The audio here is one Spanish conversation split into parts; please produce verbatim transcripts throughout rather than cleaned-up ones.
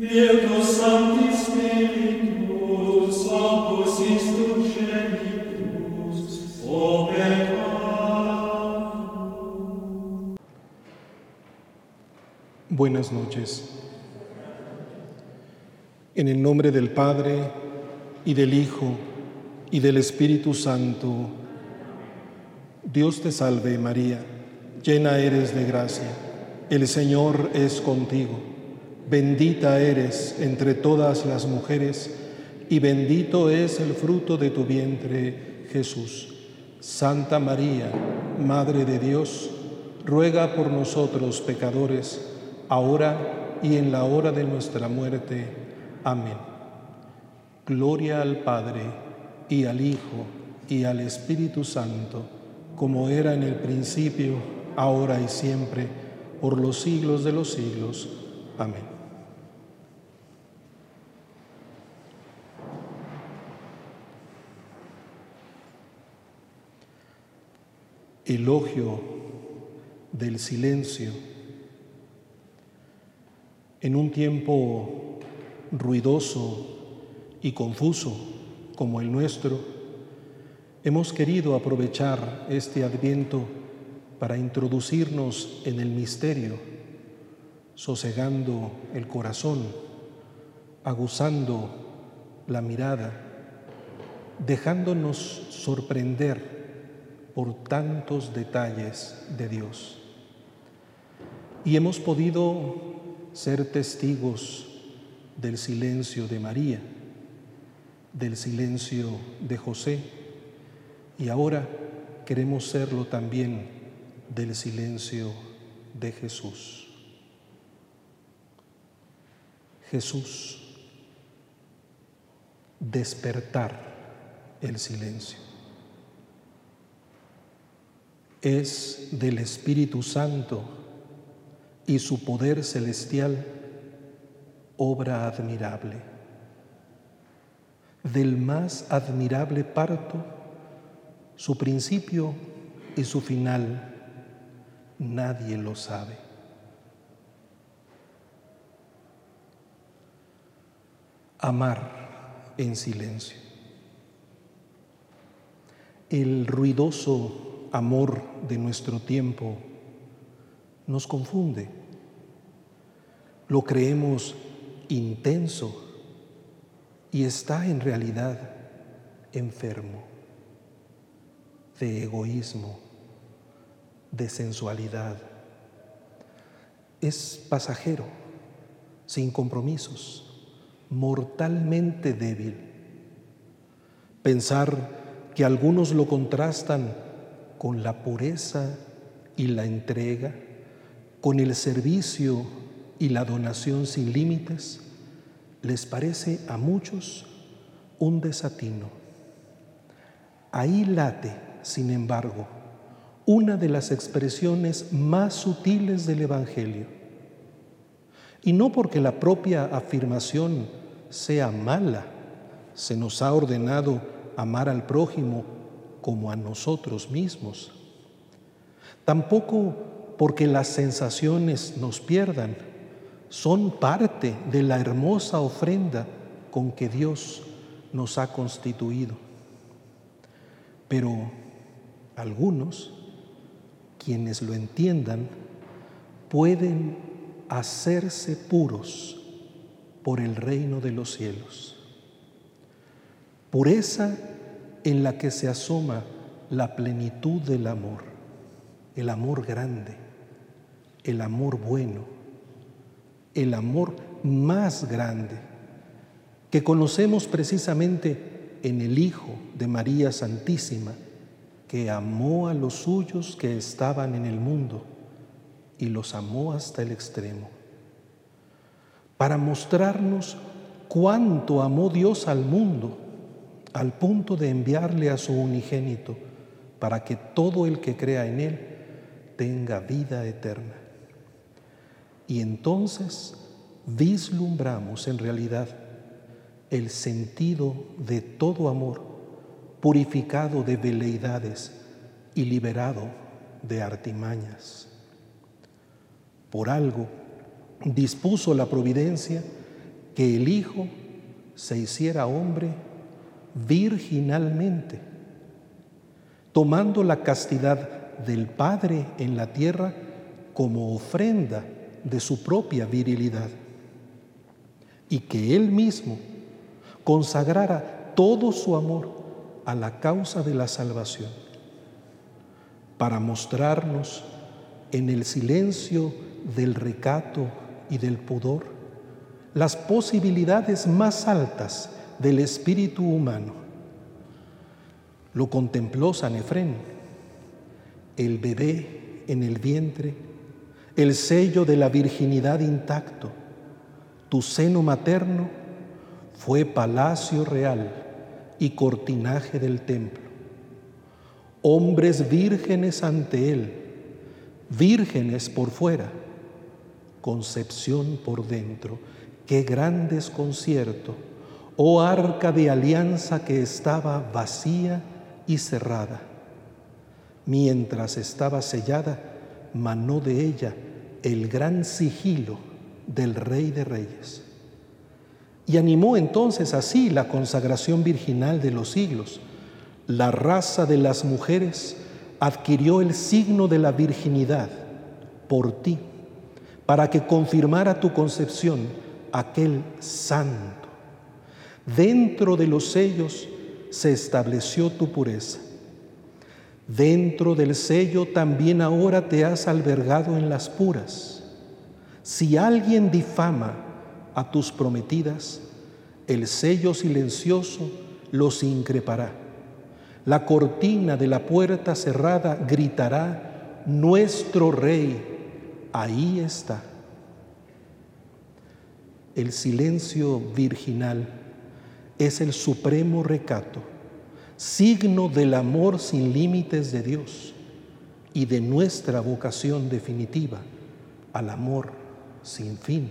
Virgo Sancti Spiritus, Sanctus Istus Genitus, operat. Buenas noches. En el nombre del Padre, y del Hijo, y del Espíritu Santo. Dios te salve, María, llena eres de gracia. El Señor es contigo. Bendita eres entre todas las mujeres, y bendito es el fruto de tu vientre, Jesús. Santa María, Madre de Dios, ruega por nosotros pecadores, ahora y en la hora de nuestra muerte. Amén. Gloria al Padre, y al Hijo, y al Espíritu Santo, como era en el principio, ahora y siempre, por los siglos de los siglos. Amén. Elogio del silencio. En un tiempo ruidoso y confuso como el nuestro, hemos querido aprovechar este Adviento para introducirnos en el misterio, sosegando el corazón, aguzando la mirada, dejándonos sorprender por tantos detalles de Dios. Y hemos podido ser testigos del silencio de María, del silencio de José, y ahora queremos serlo también del silencio de Jesús. Jesús, despertar el silencio. Es del Espíritu Santo y su poder celestial obra admirable. Del más admirable parto, su principio y su final, nadie lo sabe. Amar en silencio. El ruidoso amor de nuestro tiempo nos confunde. Lo creemos intenso y está en realidad enfermo de egoísmo, de sensualidad. Es pasajero, sin compromisos, mortalmente débil. Pensar que algunos lo contrastan con la pureza y la entrega, con el servicio y la donación sin límites, les parece a muchos un desatino. Ahí late, sin embargo, una de las expresiones más sutiles del Evangelio. Y no porque la propia afirmación sea mala, se nos ha ordenado amar al prójimo como a nosotros mismos. Tampoco porque las sensaciones nos pierdan, son parte de la hermosa ofrenda con que Dios nos ha constituido. Pero algunos, quienes lo entiendan, pueden hacerse puros por el reino de los cielos. Pureza en la que se asoma la plenitud del amor, el amor grande, el amor bueno, el amor más grande, que conocemos precisamente en el Hijo de María Santísima, que amó a los suyos que estaban en el mundo y los amó hasta el extremo, para mostrarnos cuánto amó Dios al mundo, al punto de enviarle a su unigénito, para que todo el que crea en Él tenga vida eterna. Y entonces vislumbramos en realidad el sentido de todo amor, purificado de veleidades y liberado de artimañas. Por algo dispuso la providencia que el Hijo se hiciera hombre virginalmente, tomando la castidad del Padre en la tierra como ofrenda de su propia virilidad, y que Él mismo consagrara todo su amor a la causa de la salvación, para mostrarnos en el silencio del recato y del pudor las posibilidades más altas del espíritu humano. Lo contempló San Efrén, el bebé en el vientre, el sello de la virginidad intacto. Tu seno materno fue palacio real y cortinaje del templo. Hombres vírgenes ante él, vírgenes por fuera, concepción por dentro. Qué gran desconcierto, oh arca de alianza que estaba vacía y cerrada. Mientras estaba sellada, manó de ella el gran sigilo del Rey de Reyes. Y animó entonces así la consagración virginal de los siglos. La raza de las mujeres adquirió el signo de la virginidad por ti, para que confirmara tu concepción aquel santo. Dentro de los sellos se estableció tu pureza. Dentro del sello también ahora te has albergado en las puras. Si alguien difama a tus prometidas, el sello silencioso los increpará. La cortina de la puerta cerrada gritará: nuestro Rey, ahí está. El silencio virginal es el supremo recato, signo del amor sin límites de Dios y de nuestra vocación definitiva al amor sin fin.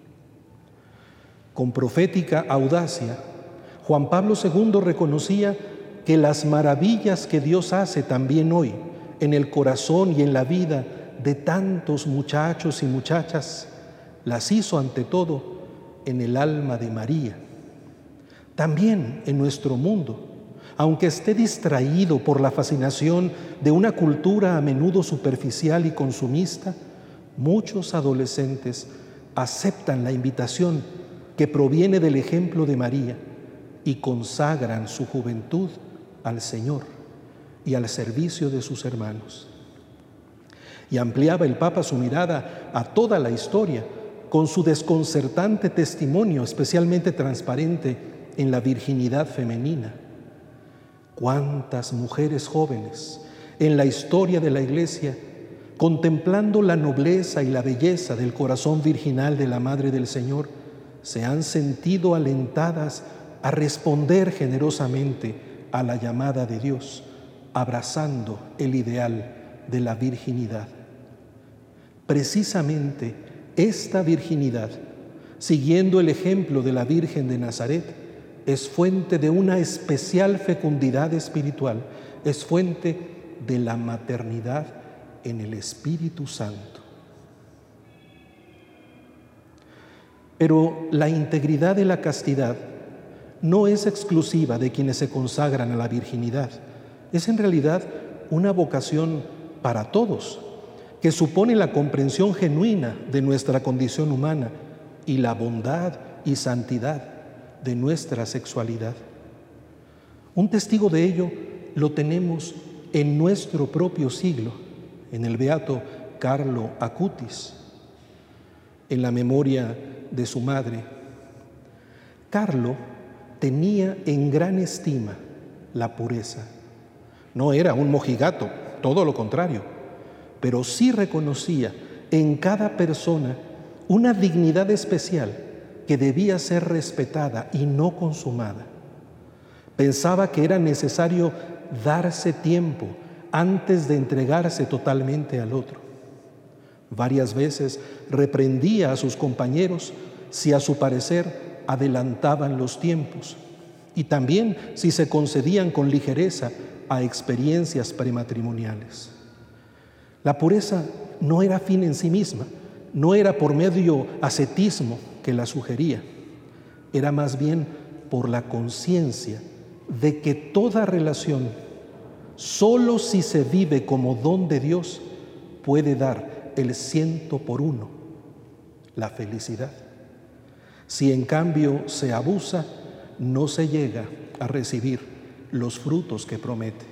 Con profética audacia, Juan Pablo segundo reconocía que las maravillas que Dios hace también hoy en el corazón y en la vida de tantos muchachos y muchachas, las hizo ante todo en el alma de María. También en nuestro mundo, aunque esté distraído por la fascinación de una cultura a menudo superficial y consumista, muchos adolescentes aceptan la invitación que proviene del ejemplo de María y consagran su juventud al Señor y al servicio de sus hermanos. Y ampliaba el Papa su mirada a toda la historia con su desconcertante testimonio, especialmente transparente en la virginidad femenina. Cuántas mujeres jóvenes en la historia de la Iglesia, contemplando la nobleza y la belleza del corazón virginal de la Madre del Señor, se han sentido alentadas a responder generosamente a la llamada de Dios, abrazando el ideal de la virginidad. Precisamente esta virginidad, siguiendo el ejemplo de la Virgen de Nazaret, es fuente de una especial fecundidad espiritual, es fuente de la maternidad en el Espíritu Santo. Pero la integridad de la castidad no es exclusiva de quienes se consagran a la virginidad. Es en realidad una vocación para todos, que supone la comprensión genuina de nuestra condición humana y la bondad y santidad de nuestra sexualidad. Un testigo de ello lo tenemos en nuestro propio siglo, en el beato Carlo Acutis, en la memoria de su madre. Carlo tenía en gran estima la pureza. No era un mojigato, todo lo contrario, pero sí reconocía en cada persona una dignidad especial que debía ser respetada y no consumada. Pensaba que era necesario darse tiempo antes de entregarse totalmente al otro. Varias veces reprendía a sus compañeros si a su parecer adelantaban los tiempos y también si se concedían con ligereza a experiencias prematrimoniales. La pureza no era fin en sí misma, no era por medio ascetismo que la sugería. era más bien por la conciencia de que toda relación, solo si se vive como don de Dios, puede dar el ciento por uno, la felicidad. Si en cambio se abusa, no se llega a recibir los frutos que promete.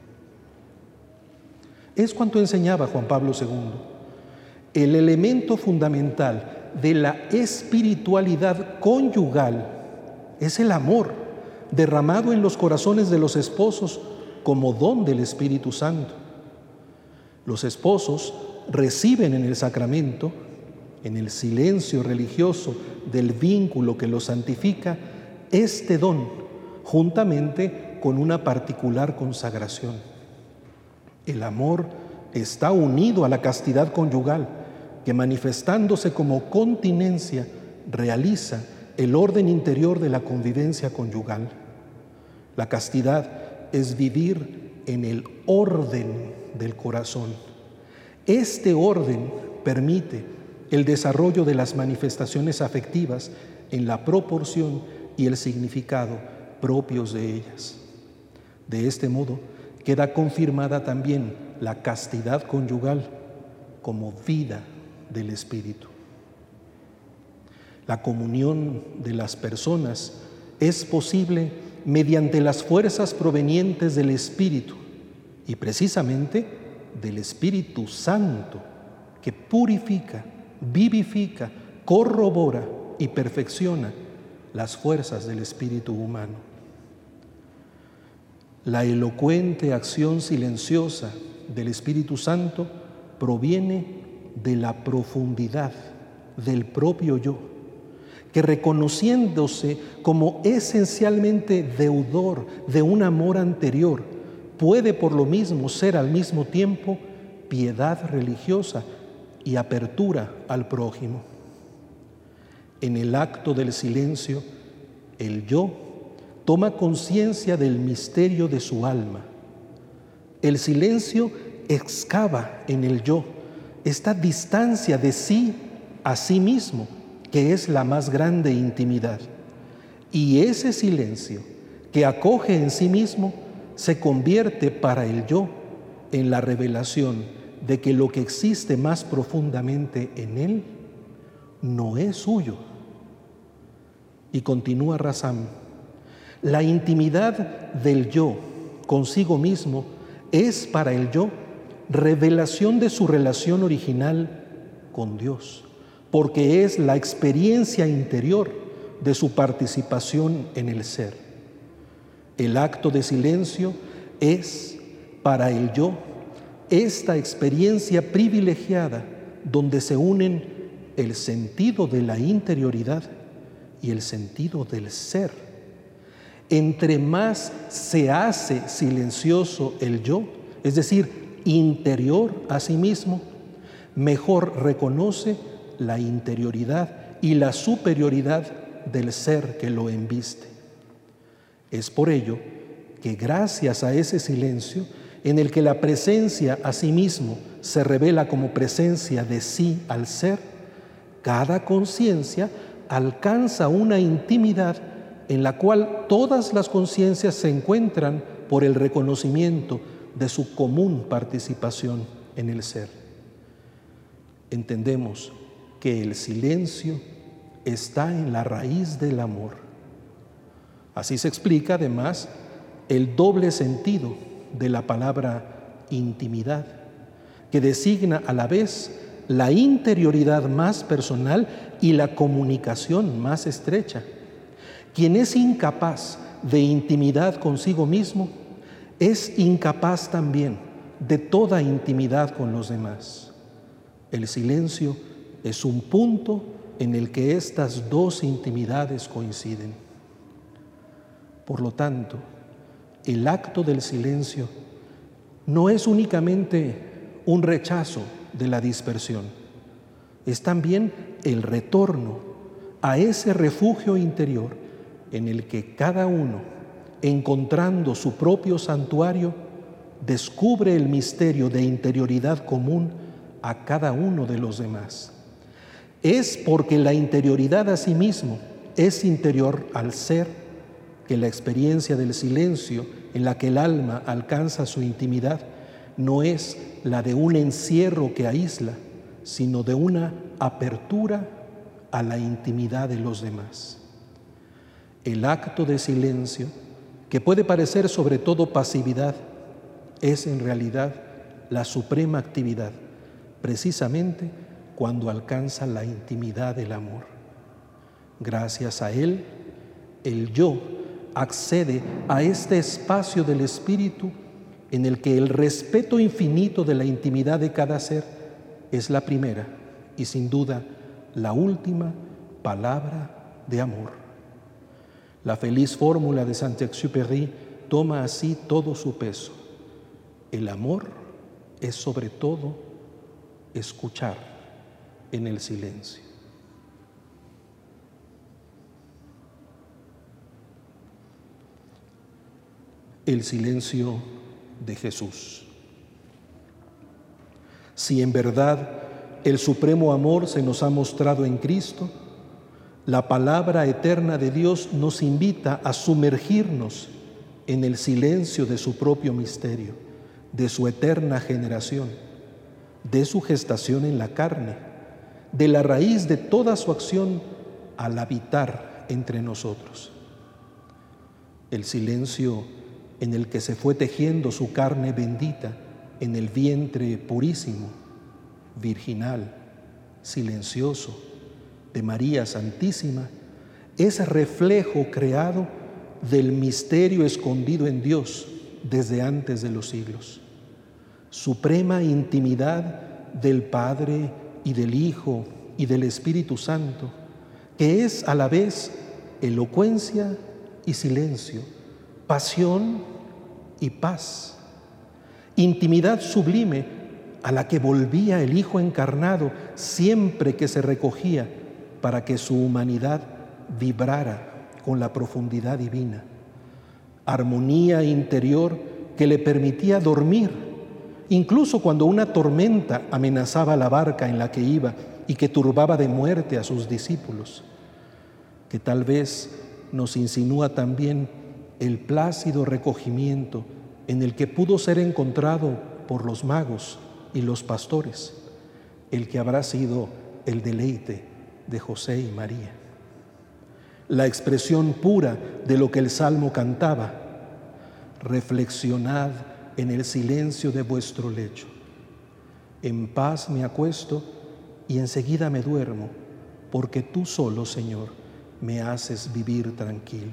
Es cuanto enseñaba Juan Pablo segundo. El elemento fundamental de la espiritualidad conyugal es el amor derramado en los corazones de los esposos como don del Espíritu Santo. Los esposos reciben en el sacramento, en el silencio religioso del vínculo que los santifica, este don, juntamente con una particular consagración. El amor está unido a la castidad conyugal, que manifestándose como continencia, realiza el orden interior de la convivencia conyugal. La castidad es vivir en el orden del corazón. Este orden permite el desarrollo de las manifestaciones afectivas en la proporción y el significado propios de ellas. De este modo, queda confirmada también la castidad conyugal como vida del Espíritu. La comunión de las personas es posible mediante las fuerzas provenientes del Espíritu y precisamente del Espíritu Santo, que purifica, vivifica, corrobora y perfecciona las fuerzas del espíritu humano. La elocuente acción silenciosa del Espíritu Santo proviene de la profundidad del propio yo, que reconociéndose como esencialmente deudor de un amor anterior, puede por lo mismo ser al mismo tiempo piedad religiosa y apertura al prójimo. En el acto del silencio, el yo toma conciencia del misterio de su alma. El silencio excava en el yo esta distancia de sí a sí mismo, que es la más grande intimidad. Y ese silencio que acoge en sí mismo se convierte para el yo en la revelación de que lo que existe más profundamente en él no es suyo. Y continúa Razam: la intimidad del yo consigo mismo es para el yo revelación de su relación original con Dios, porque es la experiencia interior de su participación en el ser. El acto de silencio es para el yo esta experiencia privilegiada donde se unen el sentido de la interioridad y el sentido del ser. Entre más se hace silencioso el yo, es decir, interior a sí mismo, mejor reconoce la interioridad y la superioridad del ser que lo embiste. Es por ello que gracias a ese silencio, en el que la presencia a sí mismo se revela como presencia de sí al ser, cada conciencia alcanza una intimidad en la cual todas las conciencias se encuentran por el reconocimiento de su común participación en el ser. Entendemos que el silencio está en la raíz del amor. Así se explica además el doble sentido de la palabra intimidad, que designa a la vez la interioridad más personal y la comunicación más estrecha. Quien es incapaz de intimidad consigo mismo es incapaz también de toda intimidad con los demás. El silencio es un punto en el que estas dos intimidades coinciden. Por lo tanto, el acto del silencio no es únicamente un rechazo de la dispersión, es también el retorno a ese refugio interior en el que cada uno, encontrando su propio santuario, descubre el misterio de interioridad común a cada uno de los demás. Es porque la interioridad a sí mismo es interior al ser, que la experiencia del silencio en la que el alma alcanza su intimidad no es la de un encierro que aísla, sino de una apertura a la intimidad de los demás. El acto de silencio, que puede parecer sobre todo pasividad, es en realidad la suprema actividad, precisamente cuando alcanza la intimidad del amor. Gracias a él, el yo accede a este espacio del espíritu en el que el respeto infinito de la intimidad de cada ser es la primera y sin duda la última palabra de amor. La feliz fórmula de Saint-Exupéry toma así todo su peso. El amor es sobre todo escuchar en el silencio. El silencio de Jesús. Si en verdad el supremo amor se nos ha mostrado en Cristo, la palabra eterna de Dios nos invita a sumergirnos en el silencio de su propio misterio, de su eterna generación, de su gestación en la carne, de la raíz de toda su acción al habitar entre nosotros. El silencio en el que se fue tejiendo su carne bendita en el vientre purísimo, virginal, silencioso de María Santísima, es reflejo creado del misterio escondido en Dios desde antes de los siglos. Suprema intimidad del Padre y del Hijo y del Espíritu Santo, que es a la vez elocuencia y silencio, pasión y paz, intimidad sublime a la que volvía el Hijo encarnado siempre que se recogía para que su humanidad vibrara con la profundidad divina, armonía interior que le permitía dormir, incluso cuando una tormenta amenazaba la barca en la que iba y que turbaba de muerte a sus discípulos, que tal vez nos insinúa también el plácido recogimiento en el que pudo ser encontrado por los magos y los pastores, el que habrá sido el deleite de José y María. La expresión pura de lo que el Salmo cantaba: reflexionad en el silencio de vuestro lecho. En paz me acuesto y enseguida me duermo, porque tú solo, Señor, me haces vivir tranquilo.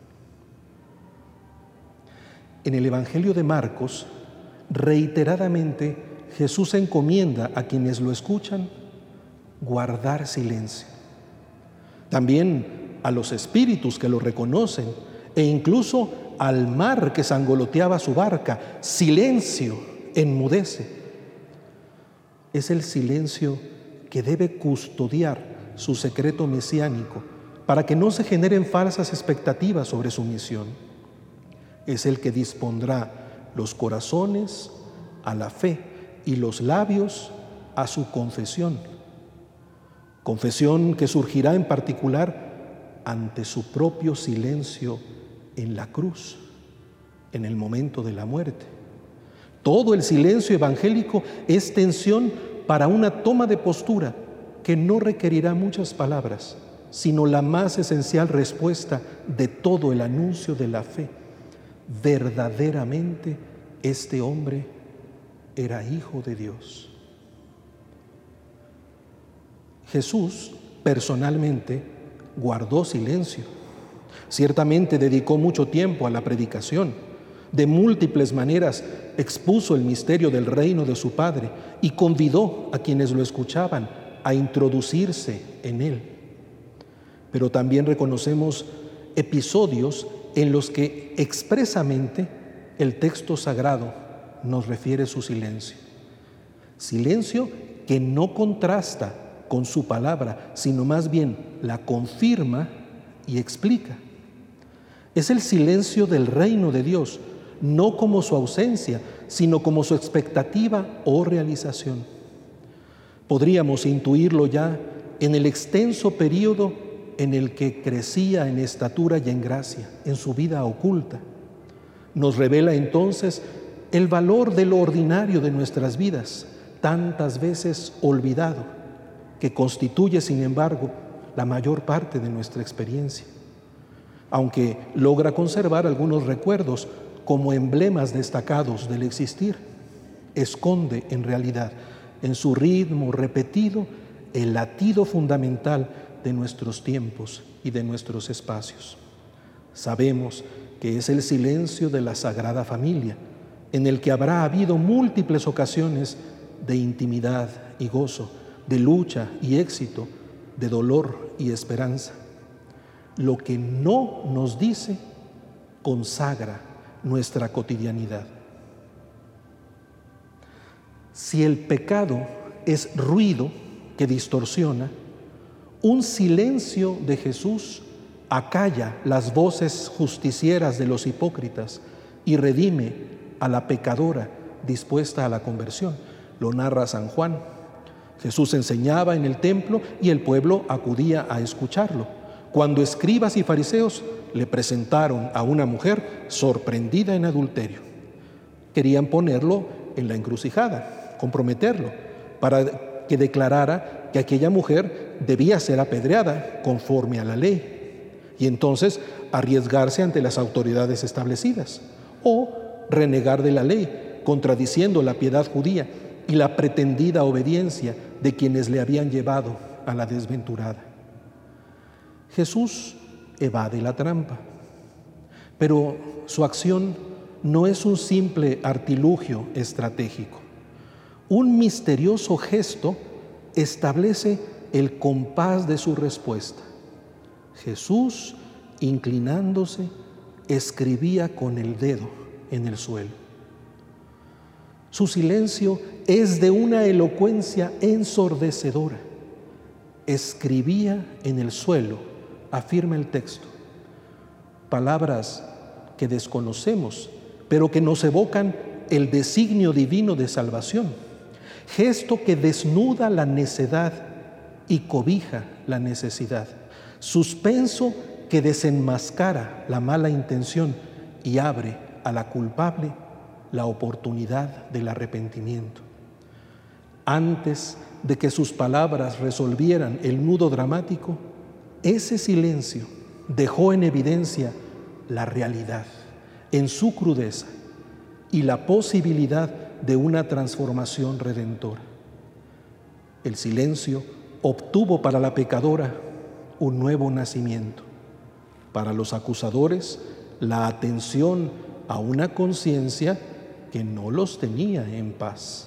En el Evangelio de Marcos, reiteradamente Jesús encomienda a quienes lo escuchan guardar silencio. También a los espíritus que lo reconocen e incluso al mar que sangoloteaba su barca: silencio, enmudece. Es el silencio que debe custodiar su secreto mesiánico para que no se generen falsas expectativas sobre su misión. Es el que dispondrá los corazones a la fe y los labios a su confesión. Confesión que surgirá en particular ante su propio silencio en la cruz, en el momento de la muerte. Todo el silencio evangélico es tensión para una toma de postura que no requerirá muchas palabras, sino la más esencial respuesta de todo el anuncio de la fe. Verdaderamente este hombre era hijo de Dios. Jesús personalmente guardó silencio. Ciertamente dedicó mucho tiempo a la predicación. De múltiples maneras expuso el misterio del reino de su Padre y convidó a quienes lo escuchaban a introducirse en él. Pero también reconocemos episodios en los que expresamente el texto sagrado nos refiere su silencio. Silencio que no contrasta con su palabra, sino más bien la confirma y explica. Es el silencio del reino de Dios, no como su ausencia, sino como su expectativa o realización. Podríamos intuirlo ya en el extenso periodo en el que crecía en estatura y en gracia, en su vida oculta. Nos revela entonces el valor de lo ordinario de nuestras vidas, tantas veces olvidado, que constituye, sin embargo, la mayor parte de nuestra experiencia. Aunque logra conservar algunos recuerdos como emblemas destacados del existir, esconde en realidad, en su ritmo repetido, el latido fundamental de nuestros tiempos y de nuestros espacios. Sabemos que es el silencio de la Sagrada Familia, en el que habrá habido múltiples ocasiones de intimidad y gozo, de lucha y éxito, de dolor y esperanza. Lo que no nos dice consagra nuestra cotidianidad. Si el pecado es ruido que distorsiona, un silencio de Jesús acalla las voces justicieras de los hipócritas y redime a la pecadora dispuesta a la conversión. Lo narra San Juan. Jesús enseñaba en el templo y el pueblo acudía a escucharlo, cuando escribas y fariseos le presentaron a una mujer sorprendida en adulterio. Querían ponerlo en la encrucijada, comprometerlo, para que declarara que aquella mujer debía ser apedreada conforme a la ley y entonces arriesgarse ante las autoridades establecidas, o renegar de la ley, contradiciendo la piedad judía y la pretendida obediencia de quienes le habían llevado a la desventurada. Jesús evade la trampa, pero su acción no es un simple artilugio estratégico. Un misterioso gesto establece el compás de su respuesta. Jesús, inclinándose, escribía con el dedo en el suelo. Su silencio es de una elocuencia ensordecedora. Escribía en el suelo, afirma el texto, palabras que desconocemos, pero que nos evocan el designio divino de salvación, gesto que desnuda la necedad y cobija la necesidad, suspenso que desenmascara la mala intención y abre a la culpable la oportunidad del arrepentimiento. Antes de que sus palabras resolvieran el nudo dramático, ese silencio dejó en evidencia la realidad en su crudeza y la posibilidad de una transformación redentora. El silencio obtuvo para la pecadora un nuevo nacimiento, para los acusadores la atención a una conciencia que no los tenía en paz.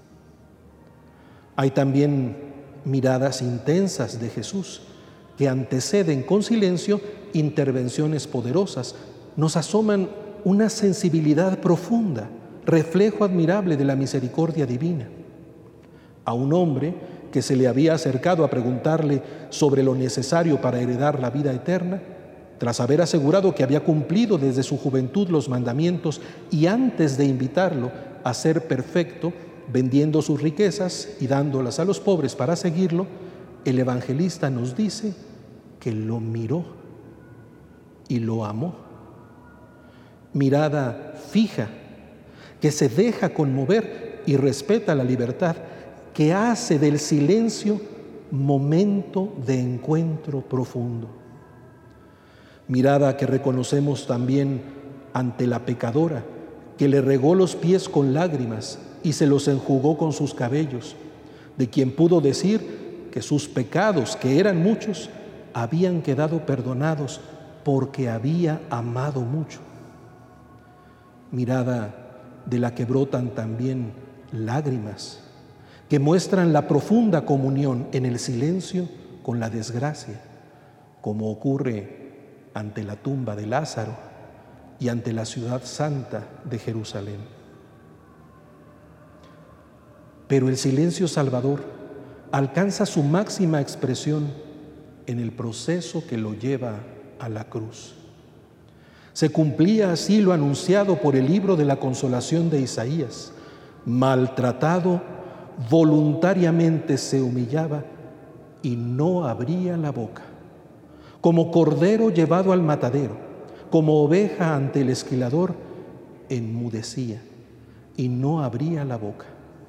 Hay también miradas intensas de Jesús que anteceden con silencio intervenciones poderosas, nos asoman una sensibilidad profunda, reflejo admirable de la misericordia divina. A un hombre que se le había acercado a preguntarle sobre lo necesario para heredar la vida eterna, tras haber asegurado que había cumplido desde su juventud los mandamientos y antes de invitarlo a ser perfecto, vendiendo sus riquezas y dándolas a los pobres para seguirlo, el evangelista nos dice que lo miró y lo amó. Mirada fija, que se deja conmover y respeta la libertad, que hace del silencio momento de encuentro profundo. Mirada que reconocemos también ante la pecadora, que le regó los pies con lágrimas y se los enjugó con sus cabellos, de quien pudo decir que sus pecados, que eran muchos, habían quedado perdonados porque había amado mucho. Mirada de la que brotan también lágrimas, que muestran la profunda comunión en el silencio con la desgracia, como ocurre ante la tumba de Lázaro y ante la ciudad santa de Jerusalén. Pero el silencio salvador alcanza su máxima expresión en el proceso que lo lleva a la cruz. Se cumplía así lo anunciado por el libro de la Consolación de Isaías: maltratado, voluntariamente se humillaba y no abría la boca. Como cordero llevado al matadero, como oveja ante el esquilador, enmudecía y no abría la boca.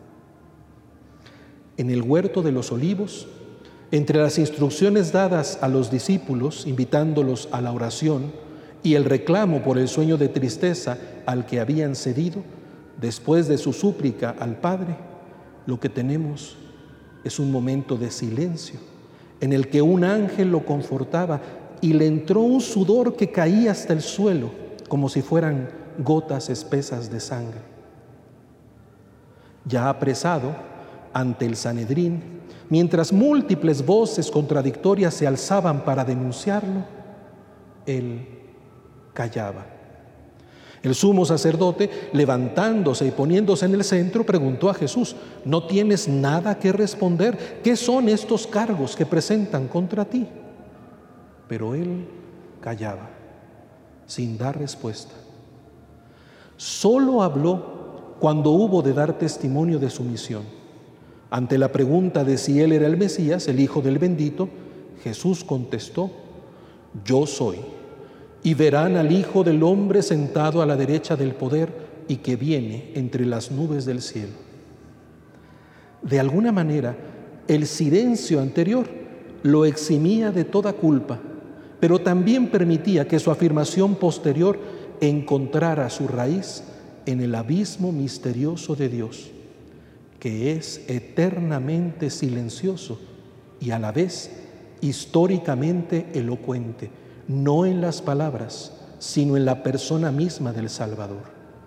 En el huerto de los olivos, entre las instrucciones dadas a los discípulos, invitándolos a la oración, y el reclamo por el sueño de tristeza al que habían cedido, después de su súplica al Padre, lo que tenemos es un momento de silencio, en el que un ángel lo confortaba y le entró un sudor que caía hasta el suelo, como si fueran gotas espesas de sangre. Ya apresado ante el Sanedrín, mientras múltiples voces contradictorias se alzaban para denunciarlo, él callaba. El sumo sacerdote, levantándose y poniéndose en el centro, preguntó a Jesús: ¿no tienes nada que responder? ¿Qué son estos cargos que presentan contra ti? Pero él callaba, sin dar respuesta. Solo habló cuando hubo de dar testimonio de su misión. Ante la pregunta de si él era el Mesías, el Hijo del Bendito, Jesús contestó: yo soy. Y verán al Hijo del Hombre sentado a la derecha del poder y que viene entre las nubes del cielo. De alguna manera, el silencio anterior lo eximía de toda culpa, pero también permitía que su afirmación posterior encontrara su raíz en el abismo misterioso de Dios, que es eternamente silencioso y a la vez históricamente elocuente, no en las palabras, sino en la persona misma del Salvador.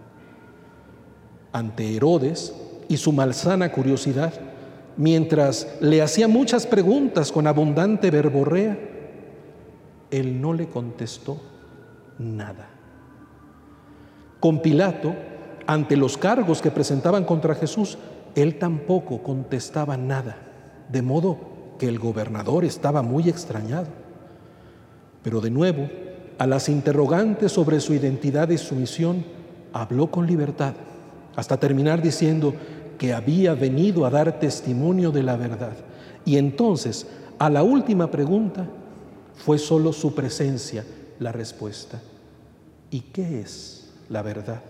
Ante Herodes y su malsana curiosidad, mientras le hacía muchas preguntas con abundante verborrea, él no le contestó nada. Con Pilato, ante los cargos que presentaban contra Jesús, él tampoco contestaba nada, de modo que el gobernador estaba muy extrañado. Pero de nuevo, a las interrogantes sobre su identidad y su misión, habló con libertad, hasta terminar diciendo que había venido a dar testimonio de la verdad. Y entonces, a la última pregunta, fue solo su presencia la respuesta. ¿Y qué es la verdad?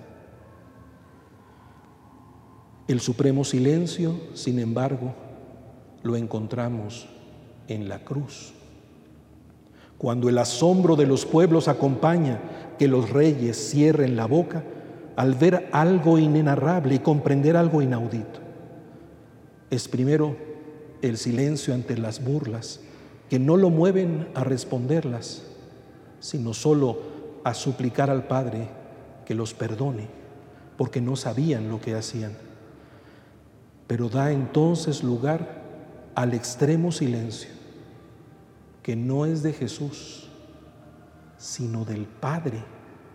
El supremo silencio, sin embargo, lo encontramos en la cruz. Cuando el asombro de los pueblos acompaña que los reyes cierren la boca al ver algo inenarrable y comprender algo inaudito. Es primero el silencio ante las burlas, que no lo mueven a responderlas, sino solo a suplicar al Padre que los perdone, porque no sabían lo que hacían. Pero da entonces lugar al extremo silencio, que no es de Jesús, sino del Padre.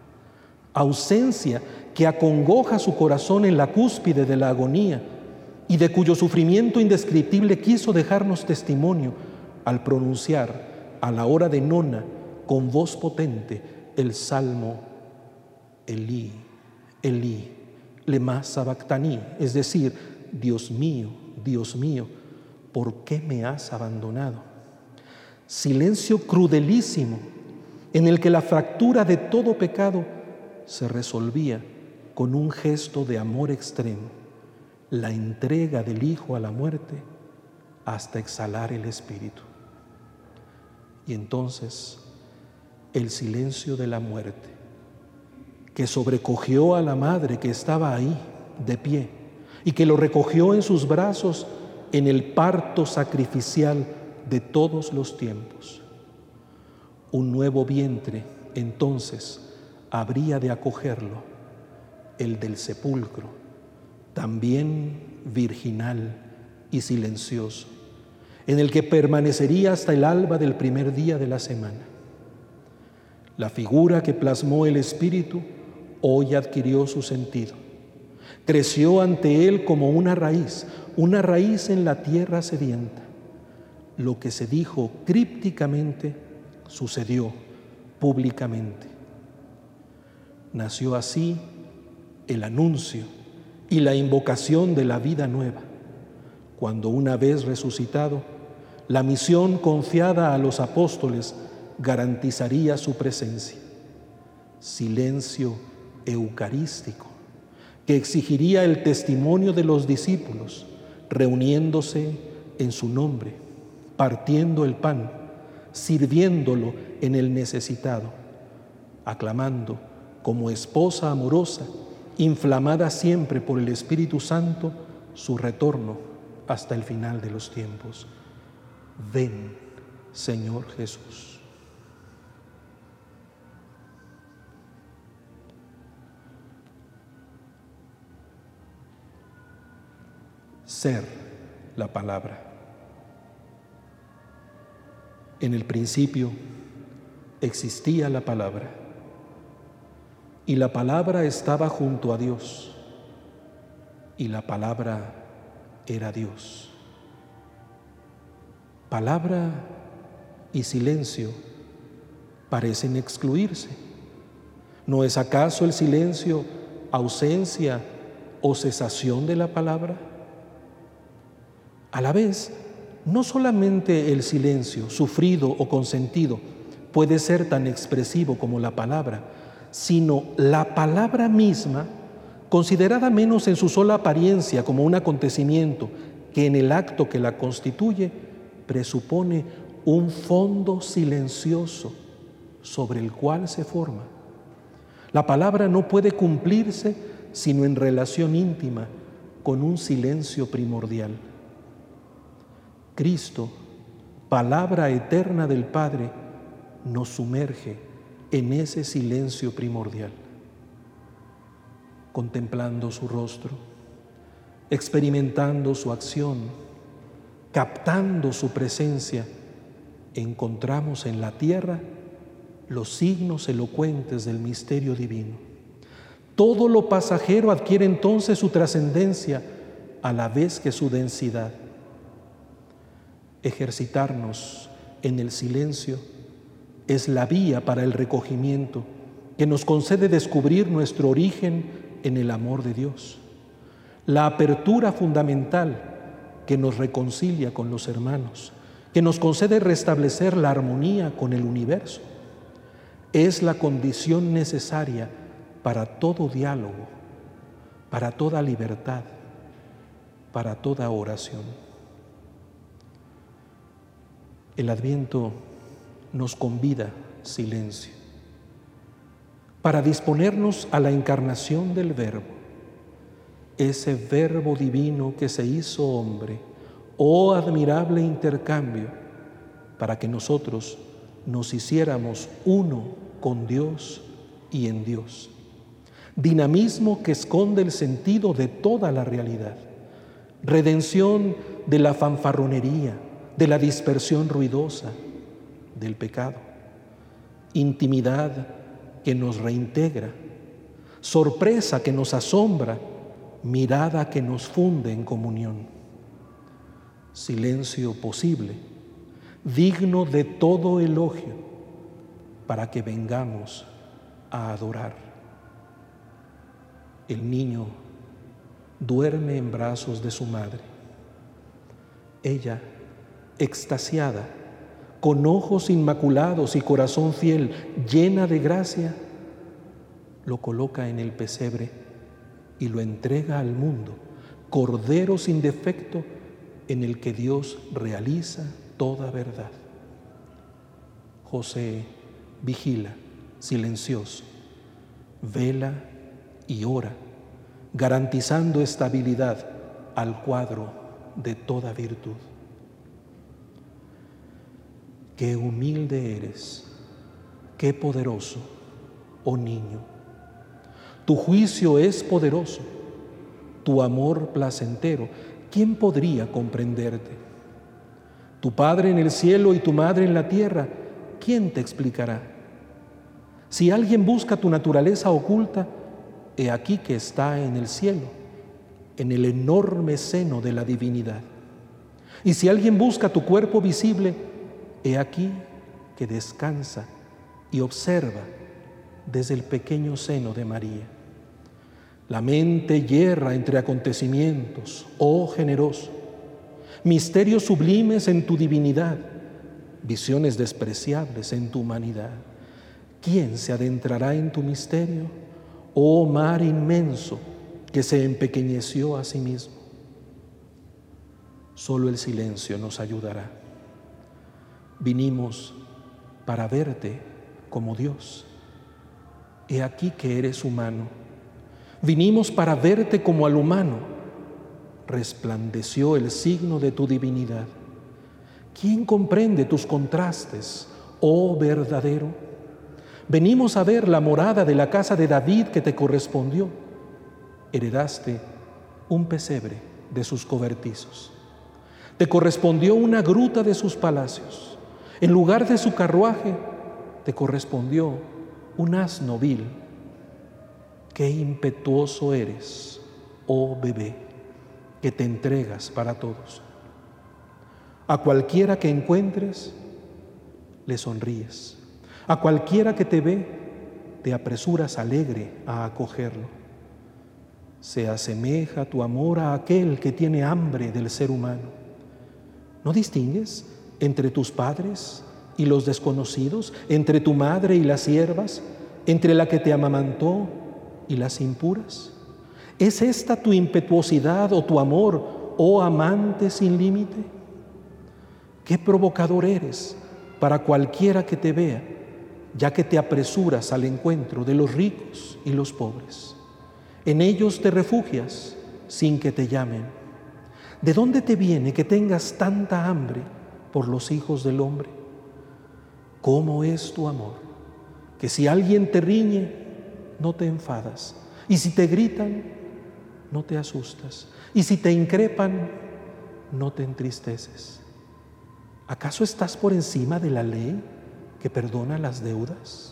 Ausencia que acongoja su corazón en la cúspide de la agonía y de cuyo sufrimiento indescriptible quiso dejarnos testimonio al pronunciar a la hora de nona con voz potente el salmo Elí, Elí, lema sabactaní, es decir, Dios mío, Dios mío, ¿por qué me has abandonado? Silencio crudelísimo en el que la fractura de todo pecado se resolvía con un gesto de amor extremo, la entrega del Hijo a la muerte hasta exhalar el Espíritu. Y entonces el silencio de la muerte, que sobrecogió a la madre que estaba ahí de pie y que lo recogió en sus brazos en el parto sacrificial de todos los tiempos. Un nuevo vientre entonces habría de acogerlo, el del sepulcro, también virginal y silencioso, en el que permanecería hasta el alba del primer día de la semana. La figura que plasmó el Espíritu hoy adquirió su sentido. Creció ante él como una raíz, una raíz en la tierra sedienta. Lo que se dijo crípticamente sucedió públicamente. Nació así el anuncio y la invocación de la vida nueva, cuando una vez resucitado, la misión confiada a los apóstoles garantizaría su presencia. Silencio eucarístico que exigiría el testimonio de los discípulos, reuniéndose en su nombre, partiendo el pan, sirviéndolo en el necesitado, aclamando como esposa amorosa, inflamada siempre por el Espíritu Santo, su retorno hasta el final de los tiempos. Ven, Señor Jesús. Ser la palabra. En el principio existía la palabra, y la palabra estaba junto a Dios, y la palabra era Dios. Palabra y silencio parecen excluirse. ¿No es acaso el silencio ausencia o cesación de la palabra? A la vez, no solamente el silencio, sufrido o consentido, puede ser tan expresivo como la palabra, sino la palabra misma, considerada menos en su sola apariencia como un acontecimiento que en el acto que la constituye, presupone un fondo silencioso sobre el cual se forma. La palabra no puede cumplirse sino en relación íntima con un silencio primordial. Cristo, palabra eterna del Padre, nos sumerge en ese silencio primordial. Contemplando su rostro, experimentando su acción, captando su presencia, encontramos en la tierra los signos elocuentes del misterio divino. Todo lo pasajero adquiere entonces su trascendencia a la vez que su densidad. Ejercitarnos en el silencio es la vía para el recogimiento que nos concede descubrir nuestro origen en el amor de Dios, la apertura fundamental que nos reconcilia con los hermanos, que nos concede restablecer la armonía con el universo. Es la condición necesaria para todo diálogo, para toda libertad, para toda oración. El Adviento nos convida silencio para disponernos a la encarnación del Verbo, ese Verbo divino que se hizo hombre. Oh admirable intercambio para que nosotros nos hiciéramos uno con Dios y en Dios. Dinamismo que esconde el sentido de toda la realidad. Redención de la fanfarronería, de la dispersión ruidosa, del pecado. Intimidad que nos reintegra. Sorpresa que nos asombra. Mirada que nos funde en comunión. Silencio posible, digno de todo elogio, para que vengamos a adorar. El niño duerme en brazos de su madre. Ella, extasiada, con ojos inmaculados y corazón fiel, llena de gracia, lo coloca en el pesebre y lo entrega al mundo, cordero sin defecto, en el que Dios realiza toda verdad. José vigila, silencioso, vela y ora, garantizando estabilidad al cuadro de toda virtud. Qué humilde eres, qué poderoso, oh niño. Tu juicio es poderoso, tu amor placentero. ¿Quién podría comprenderte? Tu Padre en el cielo y tu Madre en la tierra, ¿quién te explicará? Si alguien busca tu naturaleza oculta, he aquí que está en el cielo, en el enorme seno de la divinidad. Y si alguien busca tu cuerpo visible, he aquí que descansa y observa desde el pequeño seno de María. La mente yerra entre acontecimientos, oh generoso, misterios sublimes en tu divinidad, visiones despreciables en tu humanidad. ¿Quién se adentrará en tu misterio, oh mar inmenso que se empequeñeció a sí mismo? Solo el silencio nos ayudará. Vinimos para verte como Dios. He aquí que eres humano. Vinimos para verte como al humano. Resplandeció el signo de tu divinidad. ¿Quién comprende tus contrastes, oh verdadero? Venimos a ver la morada de la casa de David que te correspondió. Heredaste un pesebre de sus cobertizos. Te correspondió una gruta de sus palacios. En lugar de su carruaje, te correspondió un asno vil. Qué impetuoso eres, oh bebé, que te entregas para todos. A cualquiera que encuentres, le sonríes. A cualquiera que te ve, te apresuras alegre a acogerlo. Se asemeja tu amor a aquel que tiene hambre del ser humano. ¿No distingues entre tus padres y los desconocidos, entre tu madre y las siervas, entre la que te amamantó y las impuras? ¿Es esta tu impetuosidad o tu amor, oh amante sin límite? Qué provocador eres para cualquiera que te vea, ya que te apresuras al encuentro de los ricos y los pobres. En ellos te refugias sin que te llamen. ¿De dónde te viene que tengas tanta hambre por los hijos del hombre? ¿Cómo es tu amor? Que si alguien te riñe, no te enfadas. Y si te gritan, no te asustas. Y si te increpan, no te entristeces. ¿Acaso estás por encima de la ley que perdona las deudas?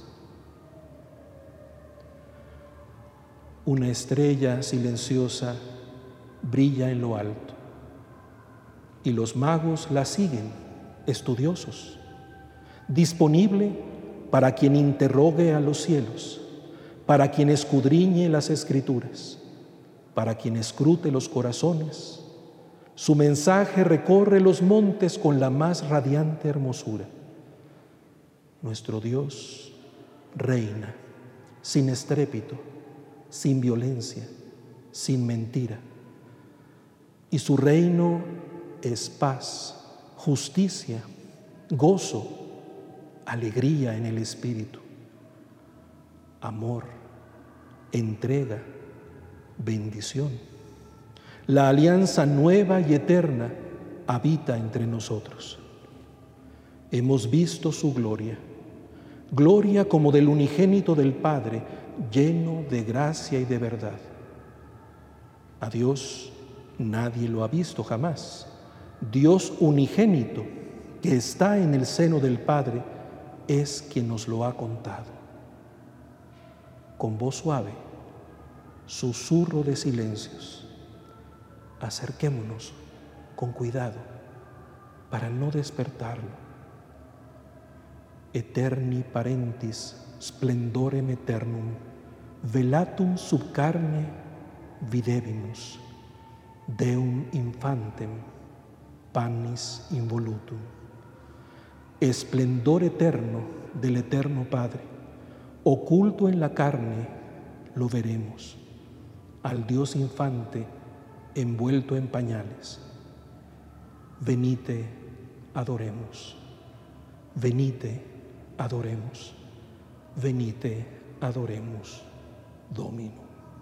Una estrella silenciosa brilla en lo alto y los magos la siguen, estudiosos, disponible para quien interrogue a los cielos, para quien escudriñe las escrituras, para quien escrute los corazones. Su mensaje recorre los montes con la más radiante hermosura. Nuestro Dios reina sin estrépito, sin violencia, sin mentira. Y su reino es paz, justicia, gozo, alegría en el espíritu, amor, entrega, bendición. La alianza nueva y eterna habita entre nosotros. Hemos visto su gloria, gloria como del unigénito del Padre, lleno de gracia y de verdad. A Dios nadie lo ha visto jamás. Dios unigénito, que está en el seno del Padre, es quien nos lo ha contado. Con voz suave, susurro de silencios, acerquémonos con cuidado para no despertarlo. Eterni parentis splendorem eternum, velatum sub carne videbimus, Deum infantem pannis involutum. Esplendor eterno del eterno Padre, oculto en la carne, lo veremos, al Dios infante envuelto en pañales. Venite, adoremos. Venite, adoremos. Venite, adoremos, Domino.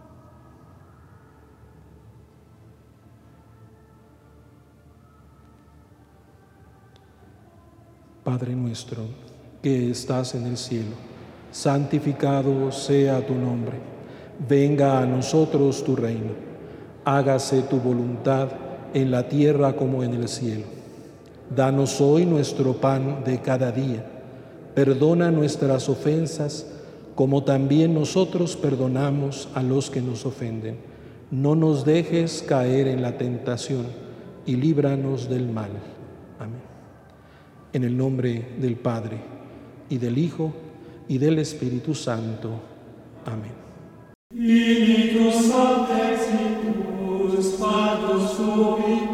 Padre nuestro, que estás en el cielo, santificado sea tu nombre. Venga a nosotros tu reino. Hágase tu voluntad en la tierra como en el cielo. Danos hoy nuestro pan de cada día. Perdona nuestras ofensas, como también nosotros perdonamos a los que nos ofenden. No nos dejes caer en la tentación y líbranos del mal. Amén. En el nombre del Padre, y del Hijo, y del Espíritu Santo. Amén. Spiritus Sanctus, Spiritus Sanctus,